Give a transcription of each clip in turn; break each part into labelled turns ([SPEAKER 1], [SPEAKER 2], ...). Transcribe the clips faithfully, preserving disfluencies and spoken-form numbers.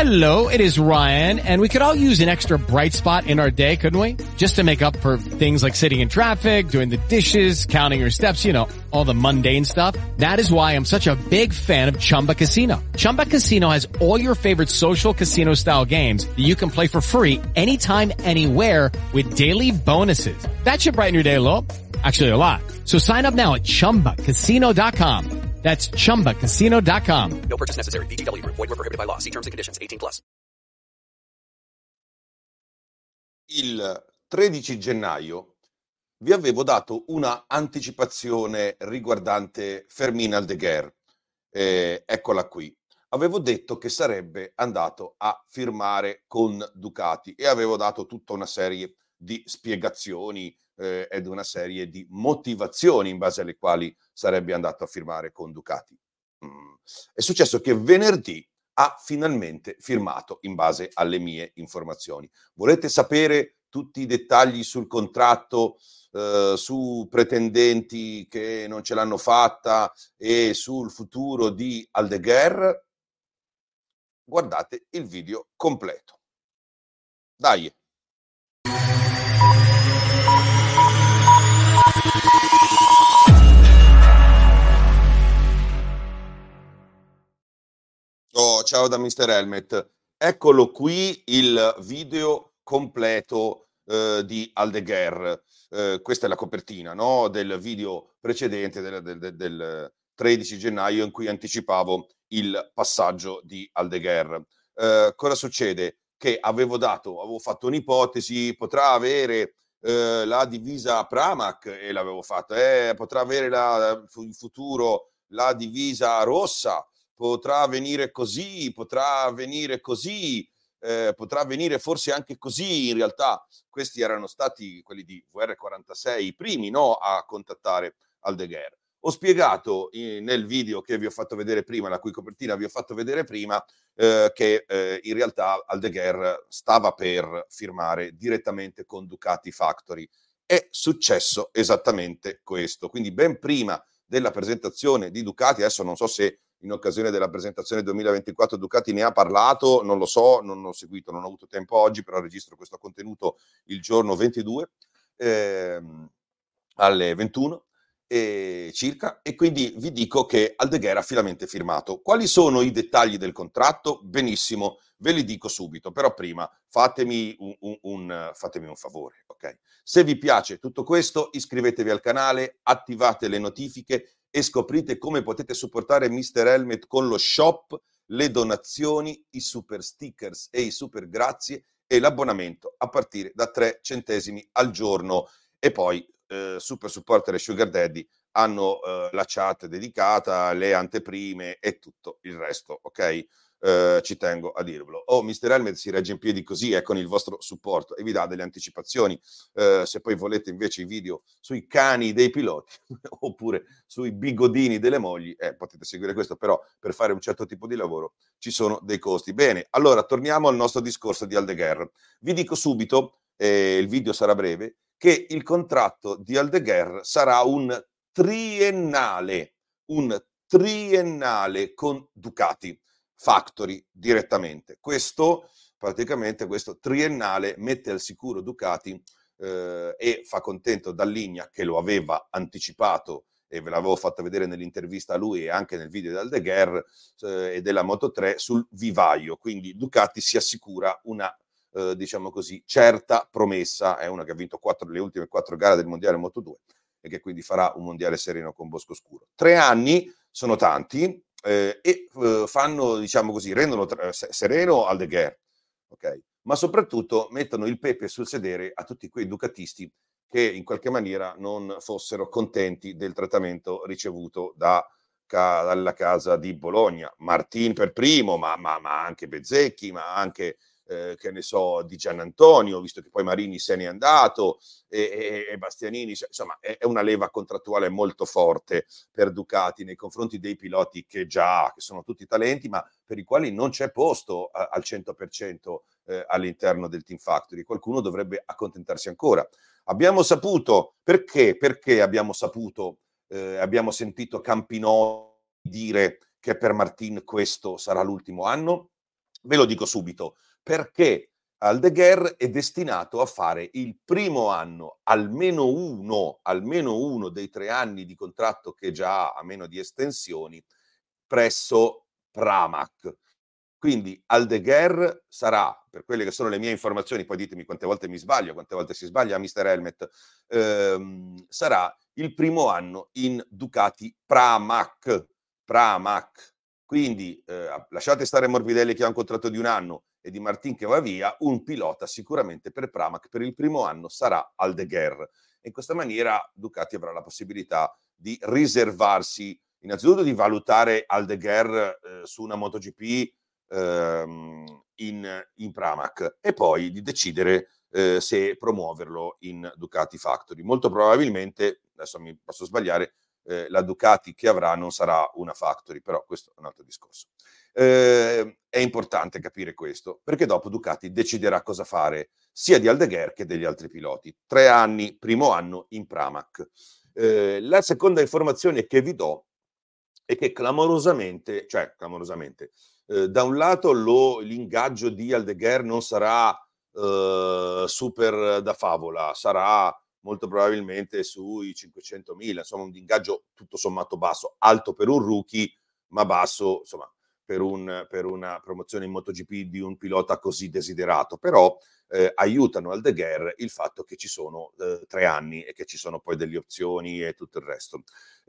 [SPEAKER 1] Hello, it is Ryan, and we could all use an extra bright spot in our day, couldn't we? Just to make up for things like sitting in traffic, doing the dishes, counting your steps, you know, all the mundane stuff. That is why I'm such a big fan of Chumba Casino. Chumba Casino has all your favorite social casino style games that you can play for free anytime, anywhere with daily bonuses. That should brighten your day a little. Actually, a lot. So sign up now at chumba casino dot com. That's chumba casino dot com.
[SPEAKER 2] No purchase necessary. V G W Group. Void where prohibited by law. See terms and conditions. eighteen plus.
[SPEAKER 3] Il tredici gennaio vi avevo dato una anticipazione riguardante Fermín Aldeguer. Eh, eccola qui. Avevo detto che sarebbe andato a firmare con Ducati e avevo dato tutta una serie di spiegazioni eh, ed una serie di motivazioni in base alle quali sarebbe andato a firmare con Ducati. Mm. È successo che venerdì ha finalmente firmato in base alle mie informazioni. Volete sapere tutti i dettagli sul contratto, eh, su pretendenti che non ce l'hanno fatta e sul futuro di Aldeguer? Guardate il video completo. Dai! Oh, ciao da mister Helmet. Eccolo qui il video completo eh, di Aldeguer. Eh, questa è la copertina, no? Del video precedente del, del, del tredici gennaio in cui anticipavo il passaggio di Aldeguer. Eh, cosa succede? Che avevo dato, avevo fatto un'ipotesi, potrà avere eh, la divisa Pramac e l'avevo fatto, eh, potrà avere la, in futuro la divisa rossa. Potrà venire così, potrà venire così, eh, potrà venire forse anche così. In realtà questi erano stati quelli di V R quarantasei, i primi no, a contattare Aldeguer. Ho spiegato in, nel video che vi ho fatto vedere prima, la cui copertina vi ho fatto vedere prima, eh, che eh, in realtà Aldeguer stava per firmare direttamente con Ducati Factory. È successo esattamente questo. Quindi ben prima della presentazione di Ducati, adesso non so se in occasione della presentazione duemilaventiquattro Ducati ne ha parlato, non lo so, non ho seguito, non ho avuto tempo oggi, però registro questo contenuto il giorno ventidue ehm, alle ventuno eh, circa, e quindi vi dico che Aldeguer ha finalmente firmato. Quali sono i dettagli del contratto? Benissimo, ve li dico subito, però prima fatemi un, un, un, fatemi un favore, ok? Se vi piace tutto questo, iscrivetevi al canale, attivate le notifiche e scoprite come potete supportare mister Helmet con lo shop, le donazioni, i super stickers e i super grazie e l'abbonamento a partire da tre centesimi al giorno. E poi eh, Super Supporter e Sugar Daddy hanno eh, la chat dedicata, le anteprime e tutto il resto, ok? Eh, ci tengo a dirvelo. Oh, mister Helmet si regge in piedi così, è con il vostro supporto e vi dà delle anticipazioni. Eh, se poi volete invece i video sui cani dei piloti oppure sui bigodini delle mogli, eh, potete seguire questo, però per fare un certo tipo di lavoro ci sono dei costi. Bene, allora torniamo al nostro discorso di Aldeguer. Vi dico subito, eh, il video sarà breve, che il contratto di Aldeguer sarà un triennale, un triennale con Ducati Factory direttamente. Questo praticamente questo triennale mette al sicuro Ducati eh, e fa contento Dall'Igna, che lo aveva anticipato e ve l'avevo fatto vedere nell'intervista a lui e anche nel video di Aldeguer eh, e della Moto tre sul vivaio. Quindi Ducati si assicura una eh, diciamo così certa promessa. È una che ha vinto quattro, le ultime quattro gare del mondiale Moto due e che quindi farà un mondiale sereno con Boscoscuro. Tre anni sono tanti. Eh, e eh, fanno, diciamo così, rendono tra- sereno Aldeguer, ok? Ma soprattutto mettono il pepe sul sedere a tutti quei ducatisti che in qualche maniera non fossero contenti del trattamento ricevuto da, ca- dalla casa di Bologna. Martin per primo, ma, ma, ma anche Bezzecchi, ma anche eh, che ne so, di Giannantonio, visto che poi Marini se n'è andato e, e, e Bastianini, insomma è, è una leva contrattuale molto forte per Ducati nei confronti dei piloti che già, che sono tutti talenti, ma per i quali non c'è posto a, al cento per cento eh, all'interno del Team Factory. Qualcuno dovrebbe accontentarsi ancora. Abbiamo saputo, perché? Perché abbiamo saputo, eh, abbiamo sentito Campinò dire che per Martin questo sarà l'ultimo anno? Ve lo dico subito, perché Aldeguer è destinato a fare il primo anno, almeno uno, almeno uno dei tre anni di contratto che già ha, a meno di estensioni, presso Pramac. Quindi Aldeguer sarà, per quelle che sono le mie informazioni, poi ditemi quante volte mi sbaglio, quante volte si sbaglia mister Helmet, ehm, sarà il primo anno in Ducati Pramac. Pramac. Quindi eh, lasciate stare Morbidelli che ha un contratto di un anno e Di Martin che va via, un pilota sicuramente per Pramac per il primo anno sarà Aldeguer. E in questa maniera Ducati avrà la possibilità di riservarsi, innanzitutto di valutare Aldeguer eh, su una MotoGP ehm, in, in Pramac e poi di decidere eh, se promuoverlo in Ducati Factory. Molto probabilmente, adesso mi posso sbagliare, Eh, la Ducati che avrà non sarà una factory, però questo è un altro discorso. Eh, è importante capire questo, perché dopo Ducati deciderà cosa fare sia di Aldeguer che degli altri piloti. Tre anni, primo anno in Pramac. Eh, la seconda informazione che vi do è che clamorosamente, cioè clamorosamente, eh, da un lato lo, l'ingaggio di Aldeguer non sarà eh, super da favola, sarà molto probabilmente sui cinquecentomila, insomma un ingaggio tutto sommato basso, alto per un rookie, ma basso insomma per, un, per una promozione in MotoGP di un pilota così desiderato, però eh, aiutano Aldeguer il fatto che ci sono eh, tre anni e che ci sono poi delle opzioni e tutto il resto.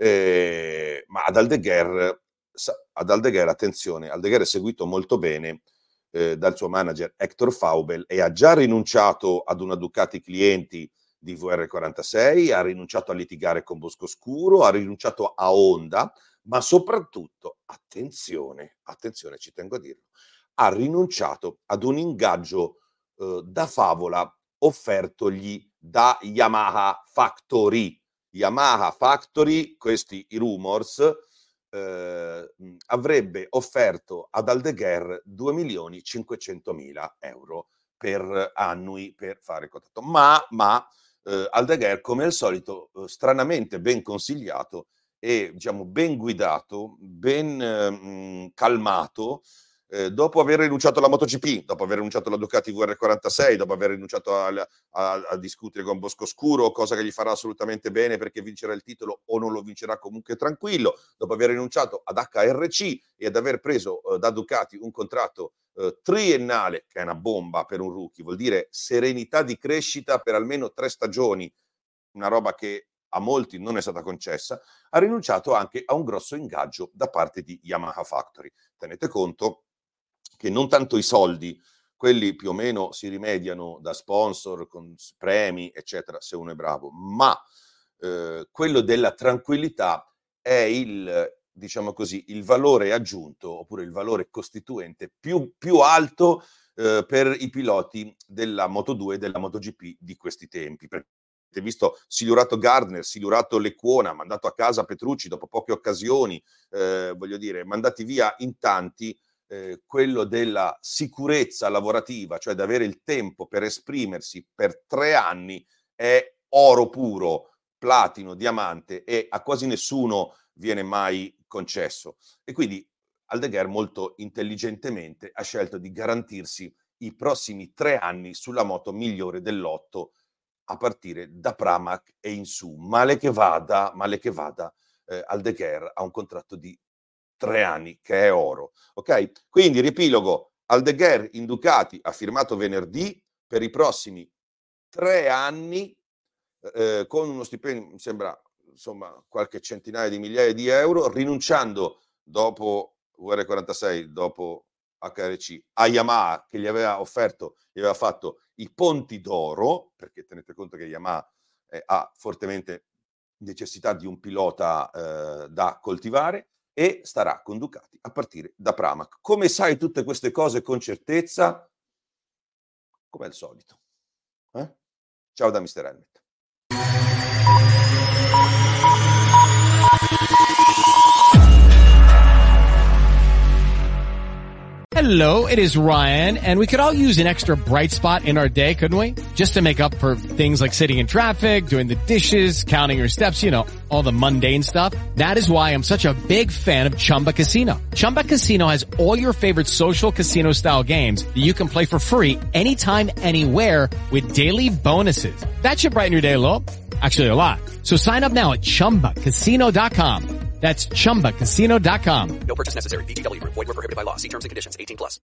[SPEAKER 3] Eh, ma ad Aldeguer, ad Aldeguer, attenzione, Aldeguer è seguito molto bene eh, dal suo manager Hector Faubel e ha già rinunciato ad una Ducati clienti di V R quarantasei, ha rinunciato a litigare con Boscoscuro, ha rinunciato a Honda, ma soprattutto, attenzione, attenzione, ci tengo a dirlo, ha rinunciato ad un ingaggio eh, da favola offertogli da Yamaha Factory. Yamaha Factory, questi i rumors, eh, avrebbe offerto ad Aldeguer due milioni cinquecentomila euro per annui per fare contatto, ma, ma Uh, Aldeguer, come al solito, uh, stranamente ben consigliato e diciamo ben guidato, ben uh, calmato, eh, dopo aver rinunciato alla MotoGP, dopo aver rinunciato alla Ducati V R quarantasei, dopo aver rinunciato a, a, a discutere con Boscoscuro, cosa che gli farà assolutamente bene perché vincerà il titolo o non lo vincerà comunque tranquillo, dopo aver rinunciato ad H R C e ad aver preso uh, da Ducati un contratto Uh, triennale, che è una bomba per un rookie, vuol dire serenità di crescita per almeno tre stagioni, una roba che a molti non è stata concessa, ha rinunciato anche a un grosso ingaggio da parte di Yamaha Factory. Tenete conto che non tanto i soldi, quelli più o meno si rimediano da sponsor, con premi, eccetera, se uno è bravo, ma eh, quello della tranquillità è il diciamo così, il valore aggiunto oppure il valore costituente più, più alto eh, per i piloti della Moto due e della MotoGP di questi tempi. Perché visto silurato Gardner, silurato Lecuona, mandato a casa Petrucci dopo poche occasioni, eh, voglio dire, mandati via in tanti, eh, quello della sicurezza lavorativa, cioè di avere il tempo per esprimersi per tre anni, è oro puro, platino, diamante, e a quasi nessuno viene mai concesso. E quindi Aldeguer molto intelligentemente ha scelto di garantirsi i prossimi tre anni sulla moto migliore del lotto a partire da Pramac e in su. Male che vada, male che vada, eh, Aldeguer ha un contratto di tre anni che è oro. Ok? Quindi riepilogo, Aldeguer in Ducati ha firmato venerdì per i prossimi tre anni eh, con uno stipendio, mi sembra insomma qualche centinaia di migliaia di euro, rinunciando dopo V R quarantasei, dopo H R C, a Yamaha che gli aveva offerto, gli aveva fatto i ponti d'oro, perché tenete conto che Yamaha eh, ha fortemente necessità di un pilota eh, da coltivare, e starà con Ducati a partire da Pramac. Come sai tutte queste cose con certezza? Come al solito. Eh? Ciao da mister Helmet.
[SPEAKER 1] Hello, it is Ryan, and we could all use an extra bright spot in our day, couldn't we? Just to make up for things like sitting in traffic, doing the dishes, counting your steps, you know, all the mundane stuff. That is why I'm such a big fan of Chumba Casino. Chumba Casino has all your favorite social casino style games that you can play for free anytime, anywhere with daily bonuses. That should brighten your day a little. Actually, a lot. So sign up now at chumba casino dot com. That's chumba casino dot com.
[SPEAKER 2] No purchase necessary. V G W Group. Void where prohibited by law. See terms and conditions. eighteen plus.